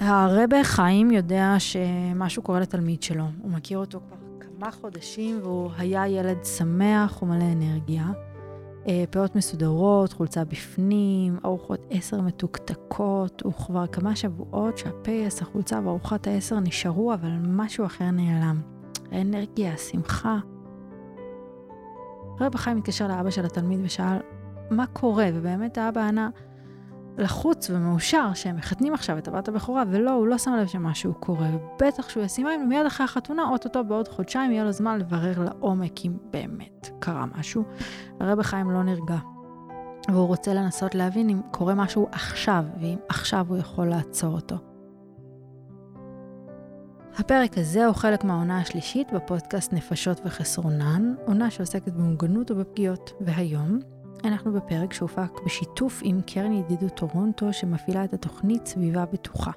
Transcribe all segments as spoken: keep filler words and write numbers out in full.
הרבה חיים יודע שמשהו קורה לתלמיד שלו. הוא מכיר אותו כבר כמה חודשים, והוא היה ילד שמח ומלא אנרגיה. פאות מסודרות, חולצה בפנים, ארוחות עשר מתוקתקות, וכבר כמה שבועות שהפייס, החולצה וארוחת העשר נשארו, אבל משהו אחר נעלם. האנרגיה, השמחה. רב החיים התקשר לאבא של התלמיד ושאל, מה קורה? ובאמת האבא ענה לחוץ ומאושר שהם מחתנים עכשיו את הבת הבכורה, ולא, הוא לא שם לב שמשהו קורה. ובטח שהוא ישים מים, מיד אחרי החתונה, אוטוטו בעוד חודשיים יהיה לו זמן לברר לעומק אם באמת קרה משהו. הרב החיים לא נרגע. והוא רוצה לנסות להבין אם קורה משהו עכשיו, ואם עכשיו הוא יכול לעצור אותו. הפרק הזה הוא חלק מהעונה השלישית בפודקאסט נפשות וחסרונן, עונה שעוסקת במוגנות ובפגיעות. והיום אנחנו בפרק שהופק בשיתוף עם קרן ידידות טורונטו, שמפעילה את התוכנית סביבה בטוחה.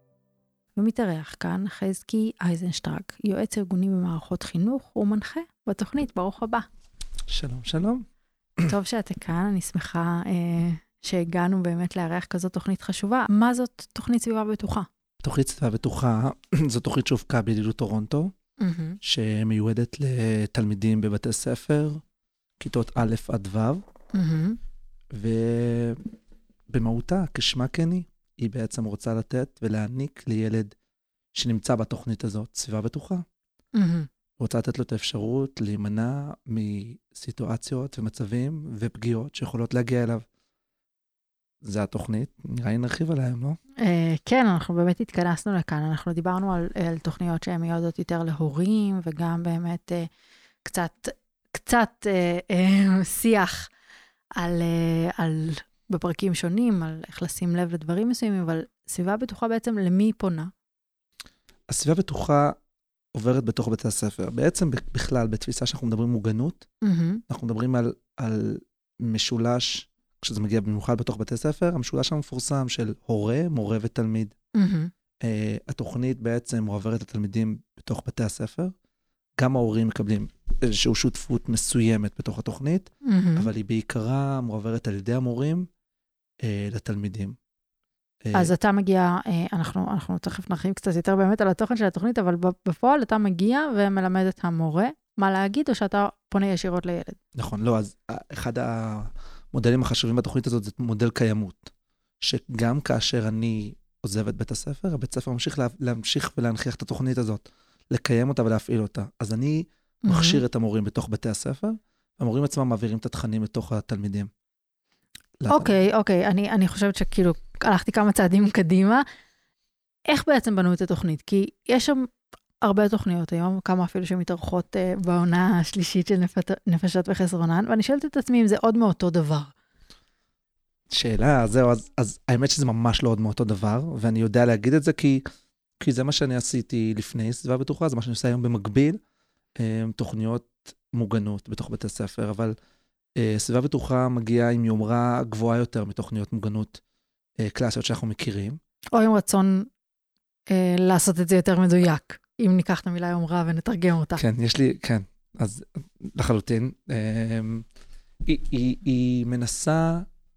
ומתארח כאן חזקי אייזנשטרק, יועץ ארגוני במערכות חינוך ומנחה בתוכנית. ברוך הבא. שלום, שלום. טוב שאתה כאן, אני שמחה אה, שהגענו באמת לארח כזאת תוכנית חשובה. מה זאת תוכנית סביבה בטוחה? תוכנית סביבה בטוחה, זו תוכנית שהופקה בידידות טורונטו, mm-hmm. שמיועדת לתלמידים בבתי ספר, כיתות א' עד ו', mm-hmm. ובמהותה, כשמה כן היא, היא בעצם רוצה לתת ולהעניק לילד שנמצא בתוכנית הזאת סביבה בטוחה. Mm-hmm. רוצה לתת לו את האפשרות להימנע מסיטואציות ומצבים ופגיעות שיכולות להגיע אליו. זה התוכנית, נראה לי נרחיב עליהם, לא? כן, אנחנו באמת התכנסנו לכאן, אנחנו דיברנו על, על תוכניות שהן מיועדות יותר להורים, וגם באמת קצת, קצת שיח על, על, בפרקים שונים, על איך לשים לב לדברים מסוימים, אבל סביבה בטוחה בעצם למי היא פונה? הסביבה בטוחה עוברת בתוך בתי הספר. בעצם בכלל, בתפיסה שאנחנו מדברים מוגנות, mm-hmm. אנחנו מדברים על, על משולש, כשזה מגיע במיוחד בתוך בתי ספר, המשולש המפורסם של הורה, מורה ותלמיד. Mm-hmm. Uh, התוכנית בעצם מועברת לתלמידים בתוך בתי הספר, גם ההורים מקבלים איזושהי שותפות מסוימת בתוך התוכנית, mm-hmm. אבל היא בעיקרה מועברת על ידי המורים uh, לתלמידים. אז אתה מגיע, אנחנו, אנחנו תכף נרחיב קצת יותר באמת על התוכן של התוכנית, אבל בפועל אתה מגיע ומלמד את המורה מה להגיד, או שאתה פונה ישירות לילד? נכון, לא, אז אחד המודלים החשובים בתוכנית הזאת זה מודל קיימות, שגם כאשר אני עוזב את בית הספר, הבית הספר ממשיך להמשיך ולהנחיח את התוכנית הזאת, לקיים אותה ולהפעיל אותה. אז אני מכשיר את המורים בתוך בתי הספר, והמורים עצמם מעבירים את התכנים לתוך התלמידים. אוקיי, אוקיי, אני, אני חושבת שכאילו הלכתי כמה צעדים קדימה. איך בעצם בנו את התוכנית? כי יש שם הרבה תוכניות היום, כמה אפילו שמתארחות uh, בעונה השלישית של נפת, נפשות וחסרונן, ואני שואלת את עצמי אם זה עוד מאותו דבר. שאלה, זהו, אז, אז האמת שזה ממש לא עוד מאותו דבר, ואני יודע להגיד את זה כי, כי זה מה שאני עשיתי לפני סביבה בטוחה, זה מה שאני עושה היום במקביל, תוכניות מוגנות בתוך בתי ספר, אבל סביבה בטוחה מגיעה עם יומרה גבוהה יותר מתוכניות מוגנות קלאסיות שאנחנו מכירים. או עם רצון אה, לעשות את זה יותר מדויק, אם ניקח את המילה יומרה ונתרגם אותה. כן, יש לי, כן, אז לחלוטין. אה, היא, היא, היא מנסה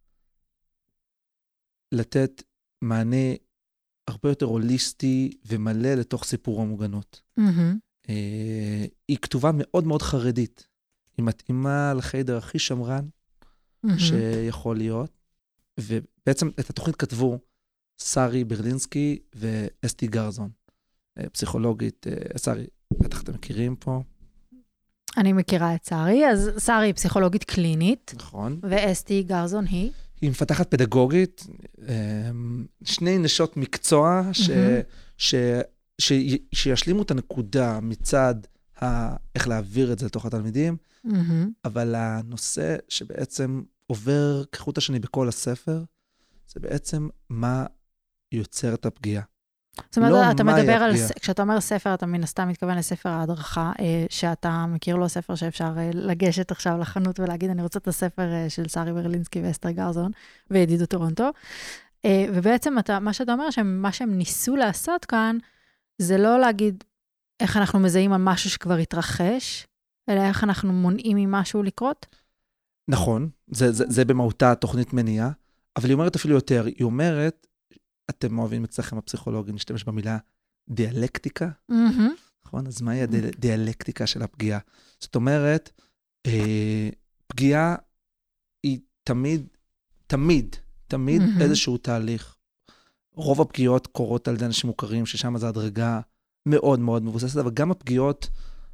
לתת מענה הרבה יותר הוליסטי ומלא לתוך סיפור המוגנות. Mm-hmm. אה, היא כתובה מאוד מאוד חרדית. היא מתאימה לחיידר הכי שמרן mm-hmm. שיכול להיות. ובעצם את התוכנית כתבו שרי ברלינסקי ואסתי גרזון, פסיכולוגית. שרי, בטח אתם מכירים פה. אני מכירה את שרי, אז שרי היא פסיכולוגית קלינית. נכון. ואסתי גרזון היא? היא מפתחת פדגוגית, שני נשות מקצוע ש, ש, ש, שישלימו את הנקודה מצד ה, איך להעביר את זה לתוך התלמידים, אבל הנושא שבעצם עובר כחוט השני בכל הספר, זה בעצם מה יוצר את הפגיעה. זאת אומרת, לא אתה מדבר על, כשאתה אומר ספר, אתה מן הסתם מתכוון לספר ההדרכה, שאתה מכיר לו ספר שאפשר לגשת עכשיו לחנות ולהגיד, אני רוצה את הספר של שרי ברלינסקי ואסתר גרזון, וידידות טורונטו. ובעצם אתה, מה שאתה אומר, שמה שהם ניסו לעשות כאן, זה לא להגיד איך אנחנו מזהים על משהו שכבר התרחש, אלא איך אנחנו מונעים ממשהו לקרות? נכון, זה, זה, זה במהותה תוכנית מניעה, אבל היא אומרת אפילו יותר, היא אומרת אתם אוהבים אצלכם הפסיכולוגים, להשתמש במילה דיאלקטיקה, נכון? אז מהי הדיאלקטיקה של הפגיעה? זאת אומרת, פגיעה היא תמיד, תמיד, תמיד איזשהו תהליך. רוב הפגיעות קורות על ידי אנשים מוכרים, ששם זו הדרגה מאוד מאוד מבוססת, אבל גם הפגיעות,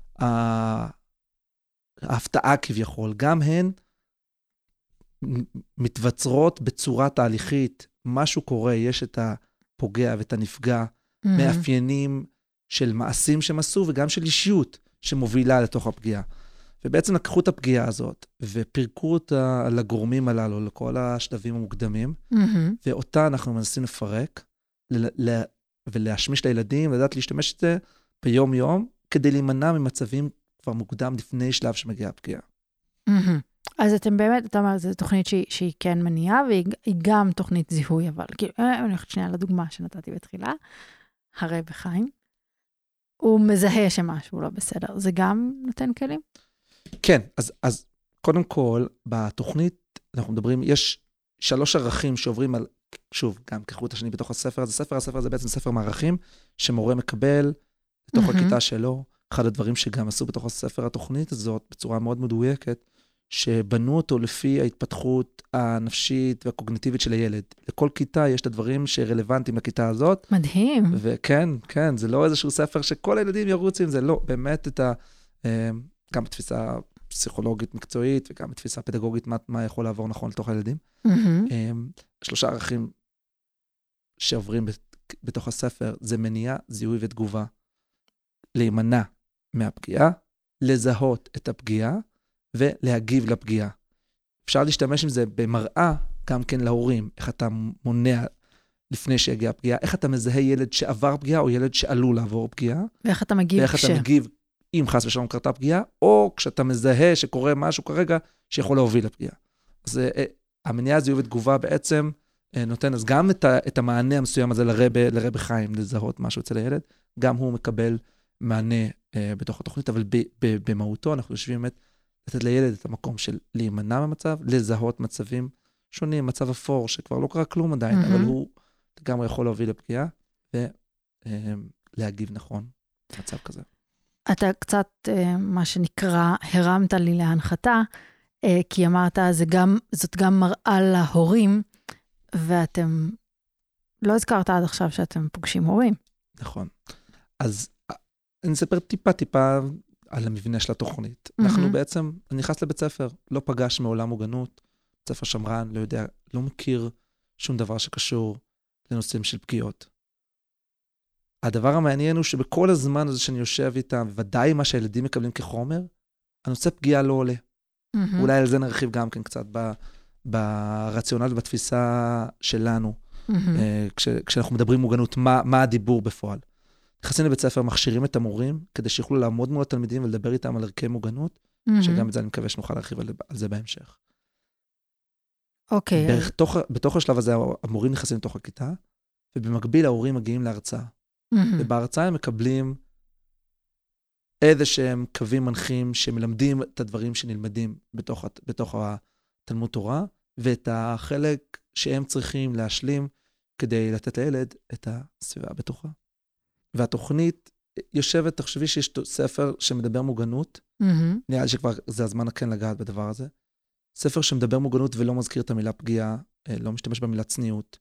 ההפתעה כביכול, גם הן מתווצרות בצורה תהליכית, משהו קורה, יש את הפוגע ואת הנפגע, mm-hmm. מאפיינים של מעשים שהם עשו, וגם של אישיות שמובילה לתוך הפגיעה. ובעצם לקחו את הפגיעה הזאת, ופירקו אותה לגורמים הללו, לכל השלבים המוקדמים, mm-hmm. ואותה אנחנו מנסים לפרק, ל- ל- ולהשמיש לילדים, ולדעת להשתמש את זה ביום יום, כדי להימנע ממצבים כבר מוקדם לפני שלב שמגיעה הפגיעה. Mm-hmm. אז אתם באמת, אתה אומר, זו תוכנית שהיא, שהיא כן מניעה, והיא גם תוכנית זיהוי, אבל כאילו, אני הולכת שנייה לדוגמה שנתתי בתחילה, הרב חיים, הוא מזהה שמשהו לא בסדר, זה גם נותן כלים? כן, אז, אז קודם כל, בתוכנית, אנחנו מדברים, יש שלוש ערכים שעוברים על, שוב, גם כחוט השני בתוך הספר, אז הספר, הספר הזה בעצם ספר מערכים, שמורה מקבל לתוך mm-hmm. הכיתה שלו, אחד הדברים שגם עשו בתוך הספר התוכנית הזאת, בצורה מאוד מדויקת, שבנו אותו לפי ההתפתחות הנפשית והקוגניטיבית של הילד. לכל כיתה יש את הדברים שרלוונטיים לכיתה הזאת. מדהים. וכן, כן, זה לא איזשהו ספר שכל הילדים ירוצים, זה לא, באמת את ה... גם בתפיסה פסיכולוגית מקצועית, וגם בתפיסה פדגוגית, מה, מה יכול לעבור נכון לתוך הילדים. Mm-hmm. שלושה ערכים שעוברים בתוך הספר, זה מניעה, זיהוי ותגובה. להימנע מהפגיעה, לזהות את הפגיעה, ולהגיב לפגיעה. אפשר להשתמש עם זה במראה, גם כן להורים, איך אתה מונע לפני שהגיע הפגיעה, איך אתה מזהה ילד שעבר פגיעה, או ילד שעלול לעבור פגיעה. ואיך אתה מגיב ואיך כש... אתה מגיב אם חס ושלום קרתה פגיעה, או כשאתה מזהה שקורה משהו כרגע, שיכול להוביל לפגיעה. אז המניעה זיהוי ותגובה בעצם נותן, אז גם את, ה, את המענה המסוים הזה לרב, לרב חיים, לזהות משהו אצל הילד, גם הוא מקבל מענה אה, בתוך התוכנית, אבל ב, ב, במהותו אנחנו יושבים באמת, לתת לילד את המקום של להימנע ממצב, לזהות מצבים שונים, מצב אפור, שכבר לא קרה כלום עדיין, mm-hmm. אבל הוא גם יכול להוביל לפגיעה, ולהגיב נכון במצב כזה. אתה קצת, מה שנקרא, הרמת לי להנחתה, כי אמרת, זה גם, זאת גם מראה להורים, ואתם לא הזכרת עד עכשיו שאתם פוגשים הורים. נכון. אז אני אספר טיפה טיפה על המבנה של התוכנית. Mm-hmm. אנחנו בעצם, אני נכנס לבית ספר, לא פגש מעולם מוגנות, בית ספר שמרן, לא יודע, לא מכיר שום דבר שקשור לנושאים של פגיעות. הדבר המעניין הוא שבכל הזמן הזה שאני יושב איתם, ודאי מה שהילדים מקבלים כחומר, הנושא פגיעה לא עולה. Mm-hmm. אולי על זה נרחיב גם כן קצת ב, ברציונל ובתפיסה שלנו, mm-hmm. כש, כשאנחנו מדברים מוגנות, מה, מה הדיבור בפועל. נכנסים לבית ספר, מכשירים את המורים, כדי שיוכלו לעמוד מול התלמידים ולדבר איתם על ערכי מוגנות, mm-hmm. שגם את זה אני מקווה שנוכל להרחיב על, על זה בהמשך. אוקיי. Okay. בתוך, בתוך השלב הזה, המורים נכנסים לתוך הכיתה, ובמקביל ההורים מגיעים להרצאה. Mm-hmm. ובהרצאה הם מקבלים איזה שהם קווים מנחים, שמלמדים את הדברים שנלמדים בתוך, בתוך התלמוד תורה, ואת החלק שהם צריכים להשלים, כדי לתת לילד את הסביבה הבטוחה. והתוכנית יושבת, תחשבי שיש ספר שמדבר מוגנות, mm-hmm. נראה לי שכבר זה הזמן כן לגעת בדבר הזה. ספר שמדבר מוגנות ולא מזכיר את המילה פגיעה, לא משתמש במילה צניעות,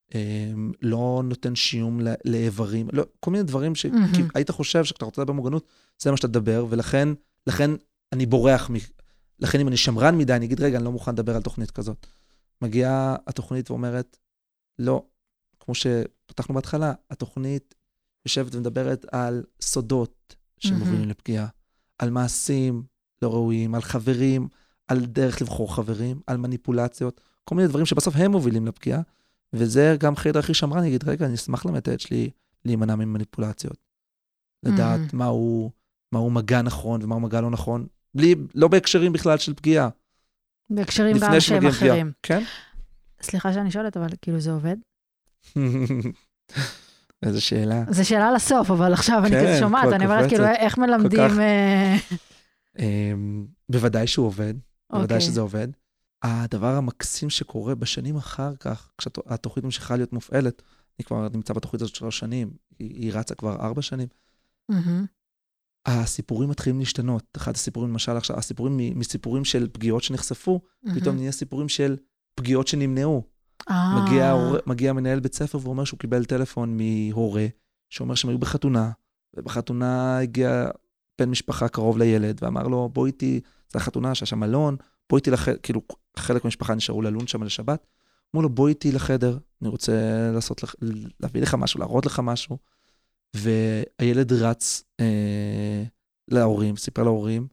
לא נותן שיום לאיברים, לא, כל מיני דברים שהיית חושב שכתה רוצה לדבר מוגנות, זה מה שאתה תדבר, ולכן לכן אני בורח, לכן אם אני שמרן מדי, אני אגיד, רגע, אני לא מוכן לדבר על תוכנית כזאת. מגיעה התוכנית ואומרת, לא, כמו שפתחנו בהתחלה, התוכנית יושבת ומדברת על סודות שמובילים mm-hmm. לפגיעה, על מעשים לא ראויים, על חברים, על דרך לבחור חברים, על מניפולציות, כל מיני דברים שבסוף הם מובילים לפגיעה, וזה גם חדר הכי שמרן, אני אגיד, רגע, אני אשמח למתת שלי להימנע ממניפולציות. לדעת mm-hmm. מהו, מהו מגע נכון ומהו מגע לא נכון, בלי, לא בהקשרים בכלל של פגיעה. בהקשרים גם שהם אחרים. כן? סליחה שאני שואלת, אבל כאילו זה עובד? איזו שאלה. זו שאלה לסוף, אבל עכשיו אני כזה שומעת, אני אומרת כאילו, איך מלמדים... בוודאי שהוא עובד, בוודאי שזה עובד. הדבר המקסים שקורה בשנים אחר כך, כשהתוכנית ממשיכה להיות מופעלת, אני כבר נמצא בתוכנית הזאת שלוש שנים, היא, היא רצה כבר ארבע שנים. Mm-hmm. הסיפורים מתחילים להשתנות. אחד הסיפורים, למשל עכשיו, הסיפורים מסיפורים של פגיעות שנחשפו, mm-hmm. פתאום נהיה סיפורים של פגיעות שנמנעו. Ah. מגיע, מגיע מנהל בית ספר ואומר שהוא קיבל טלפון מהורה, שאומר שהם היו בחתונה, ובחתונה הגיע בן משפחה קרוב לילד, ואמר לו, בוא איתי, זה החתונה, שהיה שם מלון, בוא איתי לחדר, כאילו חלק מהמשפחה נשארו ללון שם לשבת, אמרו לו, בוא איתי לחדר, אני רוצה לעשות, להביא לך משהו, להראות לך משהו, והילד רץ אה, להורים, סיפר להורים,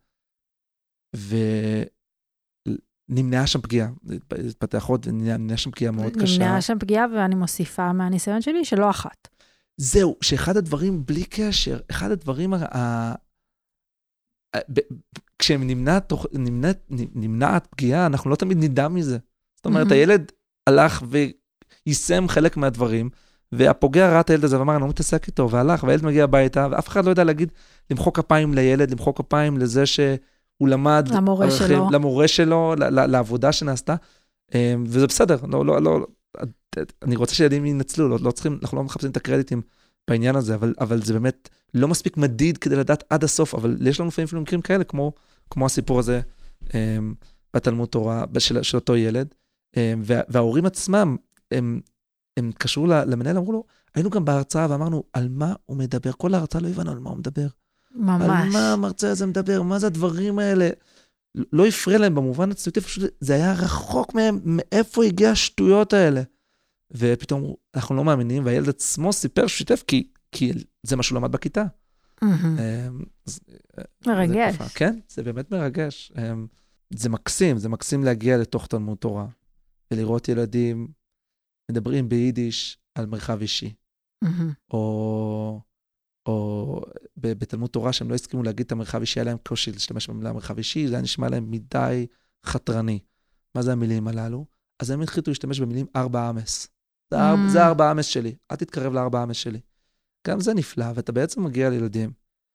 ונמנעה שם פגיעה, התפתח עוד, נמנעה שם פגיעה מאוד קשה. נמנעה שם פגיעה, ואני מוסיפה מהניסיון שלי שלא אחת. זהו, שאחד הדברים בלי קשר, אחד הדברים, ה... כשהם נמנעת, נמנעת, נמנעת פגיעה, אנחנו לא תמיד נדע מזה. זאת אומרת, mm-hmm. הילד הלך ויישם חלק מהדברים, והפוגע ראה את הילד הזה ואמר, אני לא מתעסק איתו, והלך, והילד מגיע הביתה, ואף אחד לא יודע להגיד, למחוא כפיים לילד, למחוא כפיים לזה שהוא למד, למורה ערכים, שלו, למורה שלו, לעבודה שנעשתה, וזה בסדר, לא, לא, לא, אני רוצה שילדים ינצלו, לא, לא צריכים, אנחנו לא מחפשים את הקרדיטים בעניין הזה, אבל, אבל זה באמת לא מספיק מדיד כדי לדעת עד הסוף, אבל יש לנו לפעמים מקרים כאלה, כמו, כמו הסיפור הזה בתלמוד תורה של, של אותו ילד, וה, וההורים עצמם, הם, הם קשרו למנהל, אמרו לו, היינו גם בהרצאה ואמרנו, על מה הוא מדבר? כל ההרצאה לא הבנו על מה הוא מדבר. ממש. על מה המרצה הזה מדבר? מה זה הדברים האלה? לא הפריע להם במובן הצניעותי, פשוט זה היה רחוק מהם, מאיפה הגיע השטויות האלה. ופתאום אנחנו לא מאמינים, והילד עצמו סיפר ששיתף, כי, כי זה מה שהוא למד בכיתה. מרגש. זה, כן, זה באמת מרגש. זה מקסים, זה מקסים להגיע לתוך תלמוד תורה, ולראות ילדים מדברים ביידיש על מרחב אישי. או, או בתלמוד תורה שהם לא הסכימו להגיד את המרחב אישי, היה להם קושי להשתמש במילה מרחב אישי, זה היה נשמע להם מדי חתרני. מה זה המילים הללו? אז הם התחילו להשתמש במילים ארבע אמס. זה, mm. זה ארבע אמס שלי. אל תתקרב לארבע אמס שלי. גם זה נפלא, ואתה בעצם מגיע לילדים,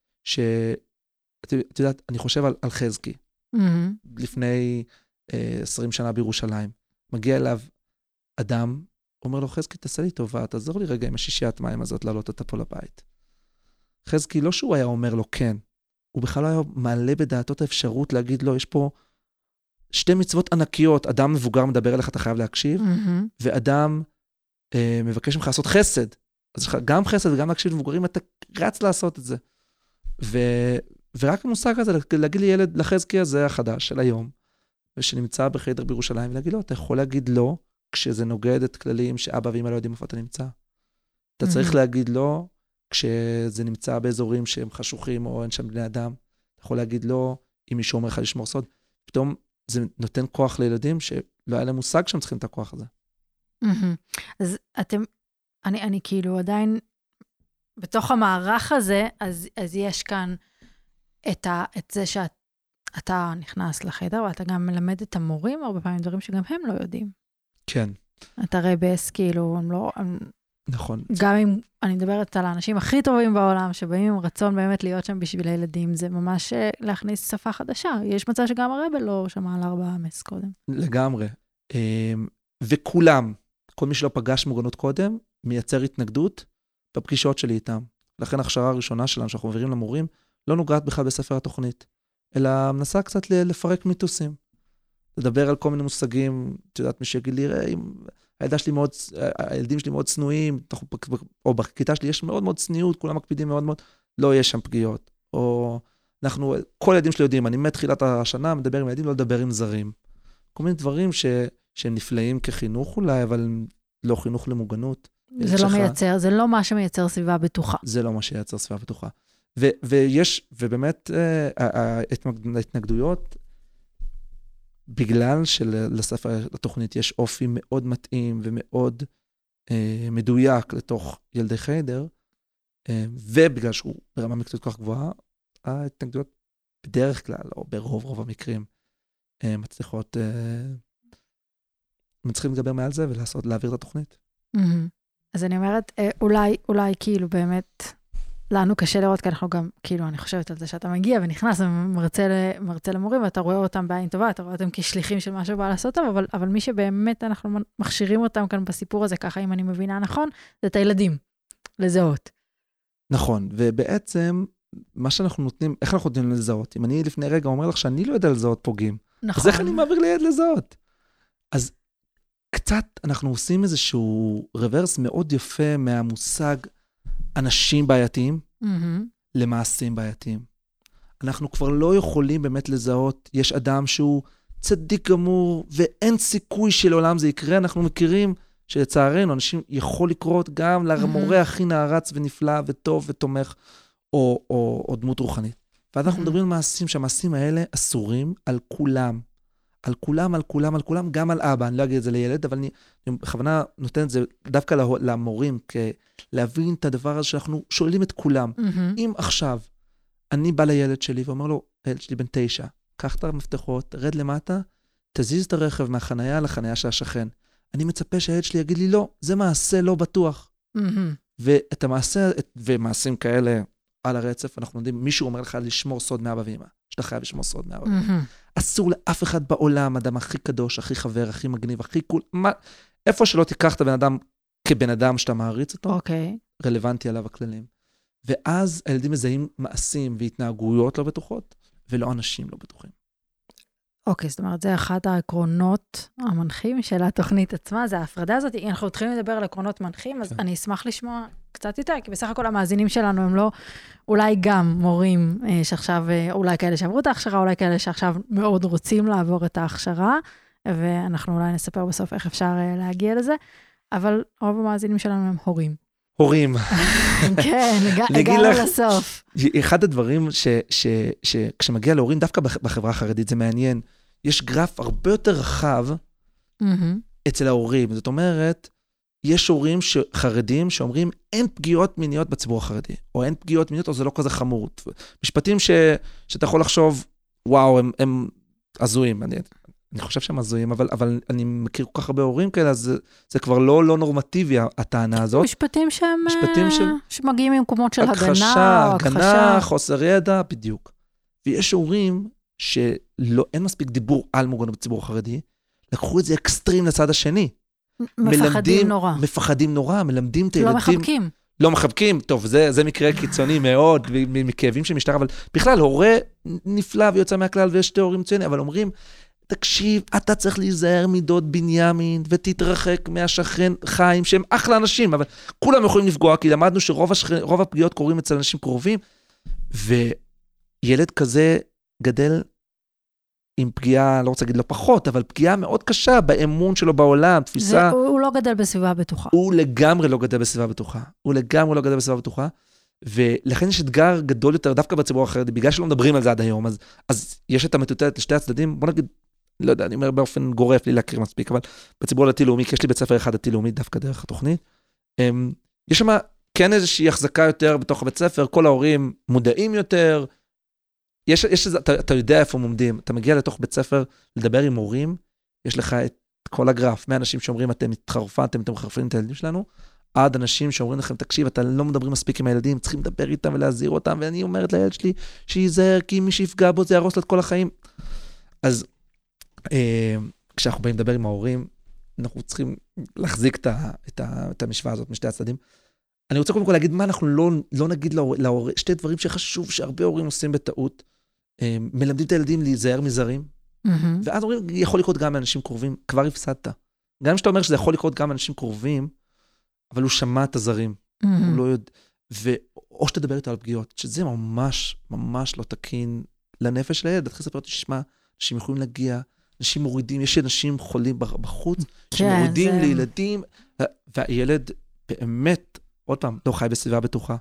שאת יודעת, אני חושב על, על חזקי, mm-hmm. לפני אה, עשרים שנה בירושלים, מגיע אליו אדם, אומר לו, חזקי, תעשה לי טובה, תעזור לי רגע עם השישיית מים הזאת, לעלות אותה פה לבית. חזקי, לא שהוא היה אומר לו כן, הוא בכלל לא היה מעלה בדעתו את האפשרות להגיד לו, יש פה שתי מצוות ענקיות, אדם מבוגר מדבר אליך, אתה חייב להקשיב, mm-hmm. ואדם אה, מבקש ממך לעשות חסד. אז יש לך גם חסד וגם להקשיב למבוגרים, אתה רץ לעשות את זה. ו, ורק המושג הזה, להגיד לי ילד לחזקי הזה החדש של היום, ושנמצא בחדר בירושלים, ולהגיד לו, אתה יכול להגיד לא, כשזה נוגד את כללים שאבא ואמא לא יודעים איפה אתה נמצא. אתה mm-hmm. צריך להגיד לא, כשזה נמצא באזורים שהם חשוכים, או אין שם בני אדם. אתה יכול להגיד לא, אם מישהו אומר לך לשמור סוד. פתאום זה נותן כוח לילדים, שלא היה להם מושג שהם צריכים את הכוח הזה. Mm-hmm. אז אתם, אני, אני כאילו עדיין, בתוך המערך הזה, אז, אז יש כאן את, ה, את זה שאתה נכנס לחדר, ואתה גם מלמד את המורים, הרבה פעמים דברים שגם הם לא יודעים. כן. אתה רבס, כאילו, הם לא... הם, נכון. גם אם אני מדברת על האנשים הכי טובים בעולם, שבאים עם רצון באמת להיות שם בשביל הילדים, זה ממש להכניס שפה חדשה. יש מצב שגם הרבל לא שמע על ארבע אמס קודם. לגמרי. וכולם, כל מי שלא פגש מוגנות קודם, מייצר התנגדות בפגישות שלי איתם. לכן ההכשרה הראשונה שלנו, שאנחנו מעבירים למורים, לא נוגעת בכלל בספר התוכנית, אלא מנסה קצת לפרק מיתוסים. לדבר על כל מיני מושגים, את יודעת, מי שיגיד לי, הילדה שלי מאוד, הילדים שלי מאוד צנועים, או בכיתה שלי יש מאוד מאוד צניעות, כולם מקפידים מאוד מאוד, לא יש שם פגיעות. או אנחנו, כל הילדים שלי יודעים, אני מתחילת השנה מדבר עם ילדים, לא לדבר עם זרים. כל מיני דברים ש, שהם נפלאים כחינוך אולי, אבל לא חינוך למוגנות. זה לא מייצר, זה לא מה שמייצר סביבה בטוחה. זה לא מה שמייצר סביבה בטוחה. ו, ויש, ובאמת, ההתנגדויות, בגלל שלספר התוכנית יש אופי מאוד מתאים ומאוד אה, מדויק לתוך ילדי חדר, אה, ובגלל שהוא ברמה מקצועית כל כך גבוהה, ההתנגדויות בדרך כלל, או ברוב רוב המקרים, אה, מצליחות, אה, מצליחים לדבר מעל זה ולעשות, להעביר את התוכנית. Mm-hmm. אז אני אומרת, אה, אולי, אולי כאילו באמת לנו קשה לראות, כי אנחנו גם, כאילו, אני חושבת על זה שאתה מגיע ונכנס ומרצה למורים, ואתה רואה אותם בעין טובה, אתה רואה אותם כשליחים של מה שבא לעשות טוב, אבל, אבל מי שבאמת אנחנו מכשירים אותם כאן בסיפור הזה, ככה אם אני מבינה נכון, זה את הילדים, לזהות. נכון, ובעצם, מה שאנחנו נותנים, איך אנחנו נותנים לזהות? אם אני לפני רגע אומר לך שאני לא יודע לזהות פוגעים, נכון. אז איך אני מעביר ליד לזהות? אז קצת אנחנו עושים איזשהו רוורס מאוד יפה מהמושג אנשים בעייתיים mm-hmm. למעשים בעייתיים. אנחנו כבר לא יכולים באמת לזהות, יש אדם שהוא צדיק גמור, ואין סיכוי שלעולם זה יקרה, אנחנו מכירים שלצערנו, אנשים יכול לקרות גם למורה mm-hmm. הכי נערץ ונפלא וטוב ותומך, או, או, או דמות רוחנית. ואז אנחנו mm-hmm. מדברים על מעשים, שהמעשים האלה אסורים על כולם. על כולם, על כולם, על כולם, גם על אבא. אני לא אגיד את זה לילד, אבל אני, אני בכוונה נותן את זה דווקא למורים, להבין את הדבר הזה שאנחנו שואלים את כולם. Mm-hmm. אם עכשיו אני בא לילד שלי ואומר לו, הילד שלי בן תשע, קח את המפתחות, רד למטה, תזיז את הרכב מהחנייה לחנייה של השכן. אני מצפה שהילד שלי יגיד לי, לא, זה מעשה לא בטוח. Mm-hmm. ואת המעשה, ומעשים כאלה על הרצף, אנחנו יודעים, מישהו אומר לך לשמור סוד מאבא ואמא, שאתה חייב לשמור סוד מאבא ואמא. Mm-hmm. אסור לאף אחד בעולם, אדם הכי קדוש, הכי חבר, הכי מגניב, הכי קול, מה, איפה שלא תיקח את הבן אדם כבן אדם שאתה מעריץ אותו, okay. רלוונטי עליו הכללים. ואז הילדים מזהים מעשים והתנהגויות לא בטוחות, ולא אנשים לא בטוחים. אוקיי, okay, זאת אומרת, זה אחד העקרונות המנחים של התוכנית עצמה, זה ההפרדה הזאת. אם אנחנו מתחילים לדבר על עקרונות מנחים, אז okay. אני אשמח לשמוע קצת יותר, כי בסך הכל המאזינים שלנו הם לא, אולי גם מורים שעכשיו, אולי כאלה שעברו את ההכשרה, אולי כאלה שעכשיו מאוד רוצים לעבור את ההכשרה, ואנחנו אולי נספר בסוף איך אפשר להגיע לזה, אבל רוב המאזינים שלנו הם הורים. הורים. כן, הגענו לסוף. אחד הדברים שכשמגיע להורים, דווקא בחברה החרדית, זה מעניין, יש גרף הרבה יותר רחב אצל ההורים. זאת אומרת, יש הורים חרדים שאומרים, אין פגיעות מיניות בציבור החרדי, או אין פגיעות מיניות, או זה לא כזה חמור. משפטים שאתה יכול לחשוב, וואו, הם הזויים. אני... אני חושב שהם הזויים, אבל, אבל אני מכיר כל כך הרבה הורים כאלה, אז זה, זה כבר לא, לא נורמטיבי, הטענה הזאת. משפטים שהם, משפטים ש... שמגיעים ממקומות של הכחשה, הגנה, או הכחשה, הגנה, חוסר ידע, בדיוק. ויש הורים שלא, אין מספיק דיבור על מוגנות בציבור החרדי, לקחו את זה אקסטרים לצד השני. מפחדים מלמדים, נורא. מפחדים נורא, מלמדים את הילדים. לא מחבקים. לא מחבקים, טוב, זה, זה מקרה קיצוני מאוד, מכאבים של משטרה, אבל בכלל, הורה נפלא ויוצא מהכלל, ויש שתי הורים מצוינים, אבל אומרים, תקשיב, אתה צריך להיזהר מדוד בנימין, ותתרחק מהשכן חיים, שהם אחלה אנשים, אבל כולם יכולים לפגוע, כי למדנו שרוב השכן, רוב הפגיעות קורים אצל אנשים קרובים, וילד כזה גדל עם פגיעה, לא רוצה להגיד לא פחות, אבל פגיעה מאוד קשה באמון שלו בעולם, תפיסה... הוא, הוא לא גדל בסביבה בטוחה. הוא לגמרי לא גדל בסביבה בטוחה. הוא לגמרי לא גדל בסביבה בטוחה, ולכן יש אתגר גדול יותר, דווקא בציבור החרדי, בגלל שלא מדברים על זה עד היום, אז, אז יש את המטוטלת לשתי הצדדים, בוא נגיד, לא יודע, אני אומר באופן גורף, לי להכיר מספיק, אבל בציבור הדתי-לאומי, כי יש לי בית ספר אחד דתי-לאומי, דווקא דרך התוכנית, יש שם כן איזושהי החזקה יותר בתוך הבית ספר, כל ההורים מודעים יותר, יש, יש, אתה, אתה יודע איפה הם עומדים, אתה מגיע לתוך בית ספר לדבר עם הורים, יש לך את כל הגרף, מאנשים שאומרים, אתם מתחרפנתם, אתם מחרפנים את הילדים שלנו, עד אנשים שאומרים לכם, תקשיב, אתה לא מדברים מספיק עם הילדים, צריכים לדבר איתם ולהזהיר אותם, ואני אומרת לילד שלי, שיזהר, כי מי שיפגע בו זה ירוס לו את כל החיים. אז אה, כשאנחנו באים לדבר עם ההורים, אנחנו צריכים להחזיק את, ה, את, ה, את המשוואה הזאת משתי הצדדים. אני רוצה קודם כל להגיד מה אנחנו לא, לא נגיד להור, להור, שתי דברים שחשוב שהרבה הורים עושים בטעות, אה, מלמדים את הילדים להיזהר מזרים, mm-hmm. ואז הורים יכול לקרות גם מאנשים קרובים, כבר הפסדת. גם שאתה אומר שזה יכול לקרות גם מאנשים קרובים, אבל הוא שמע את הזרים, mm-hmm. הוא לא יודע, ואו שתדבר איתו על פגיעות, שזה ממש, ממש לא תקין לנפש של הילד, תתחיל לספר אותי ששמע, אנשים יכולים להגיע, אנשים מורידים, יש אנשים חולים בחוץ, שמורידים זה... לילדים, והילד באמת, עוד פעם, לא חי בסביבה בטוחה.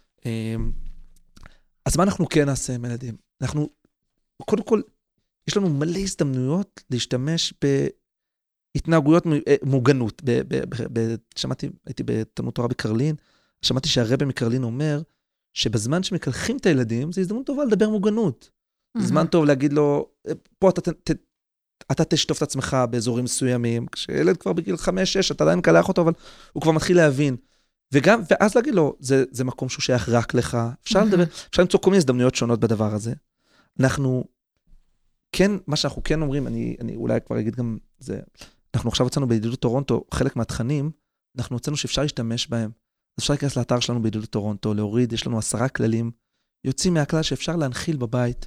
אז מה אנחנו כן נעשה עם ילדים? אנחנו, קודם כל, יש לנו מלא הזדמנויות להשתמש בהתנהגויות מוגנות. שמעתי, הייתי בתלמוד תורה בקרלין, שמעתי שהרבא מקרלין אומר, שבזמן שמקלחים את הילדים, זה הזדמנות טובה לדבר מוגנות. זה זמן טוב להגיד לו, פה אתה, ת, אתה תשטוף את עצמך באזורים מסוימים, כשילד כבר בגיל חמש שש, אתה עדיין מקלח אותו, אבל הוא כבר מתחיל להבין. וגם, ואז להגיד לו, זה, זה מקום שהוא שייך רק לך. אפשר לדבר, אפשר למצוא כל מיני הזדמנויות שונות בדבר הזה. אנחנו, כן, מה שאנחנו כן אומרים, אני, אני אולי כבר אגיד גם, זה, אנחנו עכשיו יצאנו בידידות טורונטו, חלק מהתכנים, אנחנו הוצאנו שאפשר להשתמש בהם. אז אפשר להיכנס לאתר שלנו בידידות טורונטו, להוריד, יש לנו עשרה כללים, יוצאים מהכלל שאפשר להנחיל בבית.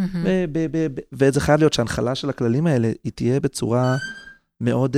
וזה חייב להיות שההנחלה של הכללים האלה, היא תהיה בצורה מאוד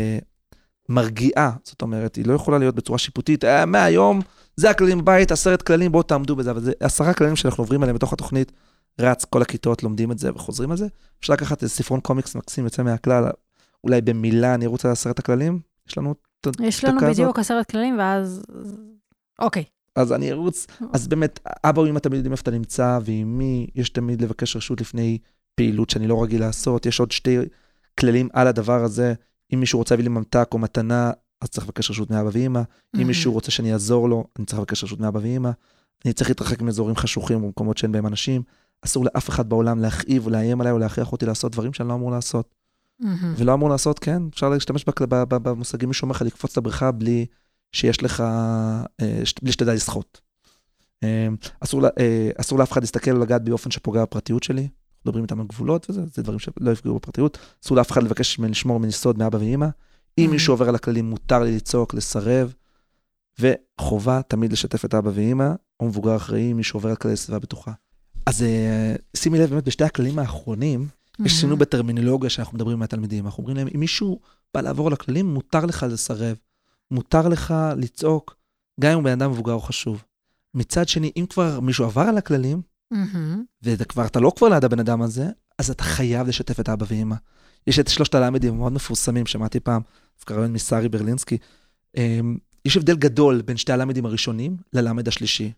מרגיעה. זאת אומרת, היא לא יכולה להיות בצורה שיפוטית, מהיום, זה הכללים בבית, עשרת כללים, בואו תעמדו בזה. אבל זה עשרה כללים שאנחנו עוברים עליהם בתוך התוכנית, רץ, כל הכיתות לומדים את זה וחוזרים על זה. אפשר לקחת איזה ספרון קומיקס מקסים, יוצא מהכלל, אולי במילה אני רוצה לעשרת הכללים. יש לנו יש לנו בדיוק עשרת כללים, ואז... אוקיי. אז אני ארוץ, אז באמת, אבא או אמא תמיד יודעים איפה אתה נמצא, ועם מי יש תמיד לבקש רשות לפני פעילות שאני לא רגיל לעשות. יש עוד שתי כללים על הדבר הזה. אם מישהו רוצה להביא לי ממתק או מתנה, אז צריך לבקש רשות מאבא ואמא. אם מישהו רוצה שאני אעזור לו, אני צריך לבקש רשות מאבא ואמא. אני צריך להתרחק מאזורים חשוכים במקומות שאין בהם אנשים. אסור לאף אחד בעולם להכאיב או לאיים עליי או להכריח אותי לעשות דברים שאני לא אמור לעשות. ולא אמור לעשות, כן, אפשר להשתמש במושגים מישהו אומר לך לקפוץ לבריכה בלי שיש לך, בלי שתדע לשחות. אסור, אסור לאף אחד להסתכל או לגעת באופן שפוגע בפרטיות שלי. מדברים איתם על גבולות וזה, זה דברים שלא יפגעו בפרטיות. אסור לאף אחד לבקש ממני לשמור מניסוד מאבא ואמא. אם מישהו עובר על הכללים, מותר לי לצעוק, לסרב, וחובה תמיד לשתף את אבא ואמא, או מבוגר אחראי, מישהו עובר על כללי סביבה בטוחה. אז שימי לב, באמת, בשתי הכללים האחרונים, יש שינוי בטרמינולוגיה שאנחנו מדברים עם התלמידים. אנחנו אומרים להם, אם מישהו בא לעבור על הכללים, מותר לך לסרב. מותר לך לצעוק, גם אם בן אדם מבוגר או חשוב. מצד שני, אם כבר מישהו עבר על הכללים, וכבר אתה לא כבר ליד הבן אדם הזה, אז אתה חייב לשתף את אבא ואמא. יש את שלושת הלמדים מאוד מפורסמים, שמעתי פעם, רעיון מסארי ברלינסקי, יש הבדל גדול בין שתי הלמדים הראשונים ללמד השלישי.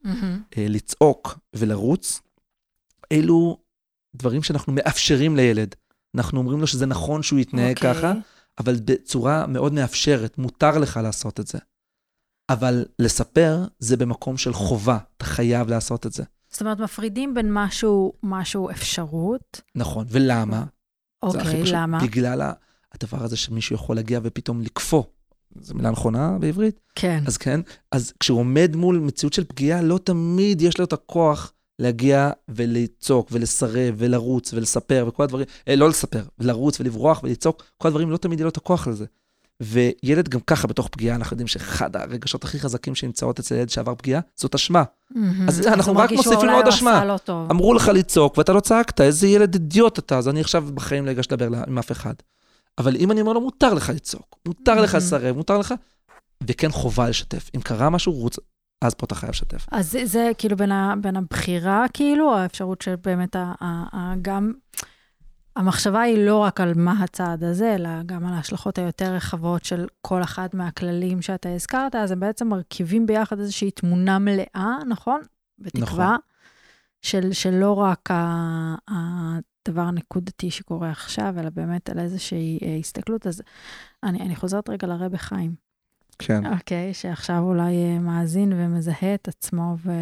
לצעוק ולרוץ, אלו דברים שאנחנו מאפשרים לילד. אנחנו אומרים לו שזה נכון שהוא יתנהג ככה, אבל בצורה מאוד מאפשרת, מותר לך לעשות את זה. אבל לספר זה במקום של חובה, אתה חייב לעשות את זה. זאת אומרת, מפרידים בין משהו, משהו אפשרות. נכון, ולמה? אוקיי, למה? בגלל הדבר הזה שמישהו יכול להגיע ופתאום לקפוא. זו מילה נכונה בעברית? כן. אז כן, אז כשהוא עומד מול מציאות של פגיעה, לא תמיד יש לו את הכוח להגיע ולצעוק ולסרב ולרוץ ולספר וכל הדברים, אה, לא לספר, לרוץ ולברוח ולצעוק, כל הדברים לא תמיד יהיה לו את הכוח לזה. וילד גם ככה בתוך פגיעה, אנחנו יודעים שאחד הרגשות הכי חזקים שנמצאות אצל ילד שעבר פגיעה, זאת אשמה. אז אנחנו רק מוסיפים עוד אשמה. אמרו לך לצעוק ואתה לא צעקת, איזה ילד אידיוט אתה, אז אני עכשיו בחיים לא אגש לדבר עם אף אחד. אבל אם אני אומר לו, מותר לך לצעוק, מותר לך לסרב, מותר לך, וכן חובה לשתף. אם קרה משהו, רוץ, אז פה אתה חייב לשתף. אז זה, זה כאילו בין, ה, בין הבחירה, כאילו, האפשרות שבאמת ה, ה, ה, גם, המחשבה היא לא רק על מה הצעד הזה, אלא גם על ההשלכות היותר רחבות של כל אחד מהכללים שאתה הזכרת, אז הם בעצם מרכיבים ביחד איזושהי תמונה מלאה, נכון? בתקווה, נכון. של, שלא רק ה, הדבר הנקודתי שקורה עכשיו, אלא באמת על איזושהי הסתכלות. אז אני, אני חוזרת רגע לרבי חיים. כן. אוקיי, שעכשיו אולי מאזין ומזהה את עצמו, ו,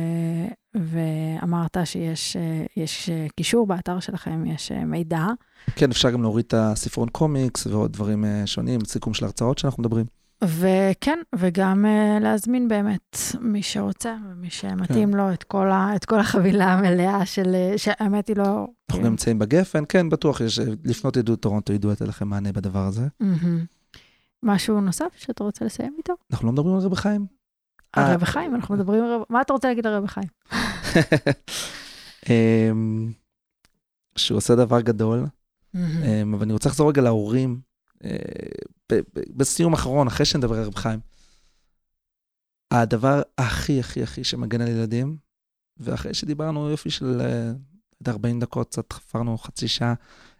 ואמרת שיש יש קישור באתר שלכם, יש מידע. כן, אפשר גם להוריד את הספרון קומיקס ועוד דברים שונים, סיכום של הרצאות שאנחנו מדברים. וכן, וגם להזמין באמת מי שרוצה, ומי שמתאים כן. לו את כל, ה, את כל החבילה המלאה של, שהאמת היא לא... אנחנו כן. נמצאים בגפן, כן, בטוח, יש, לפנות ידעו טורונטו, ידעו את לכם מענה בדבר הזה. Mm-hmm. משהו נוסף שאתה רוצה לסיים איתו? אנחנו לא מדברים על רבי חיים. על רבי חיים, אנחנו מדברים על רבי... מה אתה רוצה להגיד על רבי חיים? שהוא עושה דבר גדול, אבל אני רוצה לחזור רגע להורים, בסיום אחרון, אחרי שנדבר על רבי חיים. הדבר הכי, הכי, הכי שמגן על ילדים, ואחרי שדיברנו יופי של ארבעים דקות, קצת חפרנו חצי שעה,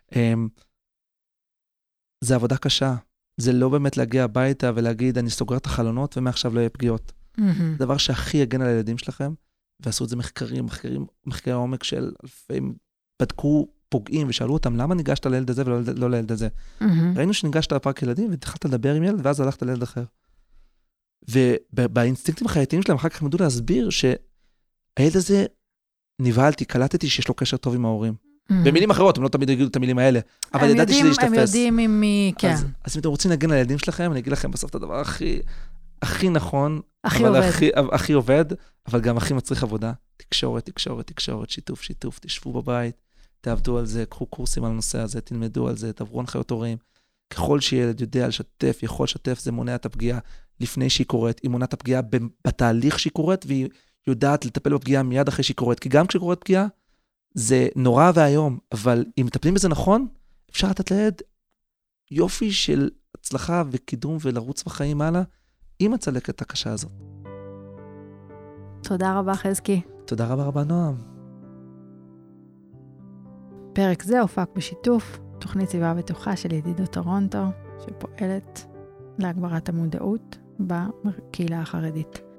זה עבודה קשה. זה לא באמת להגיע הביתה ולהגיד, אני סוגר את החלונות ומעכשיו לא יהיה פגיעות. Mm-hmm. דבר שהכי יגן על הילדים שלכם, ועשו את זה מחקרים, מחקרים, מחקרי העומק של אלפים, בדקו פוגעים ושאלו אותם, למה ניגשת לילד הזה ולא לא לילד הזה? Mm-hmm. ראינו שניגשת לפארק ילדים והתחלת לדבר עם ילד, ואז הלכת לילד אחר. ובאינסטינקטים החייתיים שלהם, אחר כך הם ידעו להסביר שהילד הזה נבהלתי, קלטתי שיש לו קשר טוב עם ההורים. במילים אחרות, הם לא תמיד יגידו את המילים האלה, אבל ידעתי שזה ישתפס. הם יודעים עם מי, כן. אז אם אתם רוצים להגן על הילדים שלכם, אני אגיד לכם בסוף את הדבר הכי, הכי נכון, הכי עובד. הכי, הכי עובד, אבל גם הכי מצריך עבודה. תקשורת, תקשורת, תקשורת, שיתוף, שיתוף, תשבו בבית, תעבדו על זה, קחו קורסים על הנושא הזה, תלמדו על זה, תעברו הנחיות הורים. ככל שילד יודע לשתף, יכול לשתף, זה מונע את הפגיעה לפני שהיא קורית, היא מונע את הפגיעה בתהליך שהיא קורית, והיא יודעת לטפל בפגיעה מיד אחרי שהיא קורית, כי גם כשקורית פגיעה, זה נורא והיום, אבל אם מטפלים בזה נכון, אפשר לתת לילד יופי של הצלחה וקידום ולרוץ בחיים הלאה, עם הצלקת הקשה הזאת. תודה רבה, חזקי. תודה רבה רבה, נועם. פרק זה הופק בשיתוף תוכנית סביבה בטוחה של ידידות טורונטו, שפועלת להגברת המודעות בקהילה החרדית.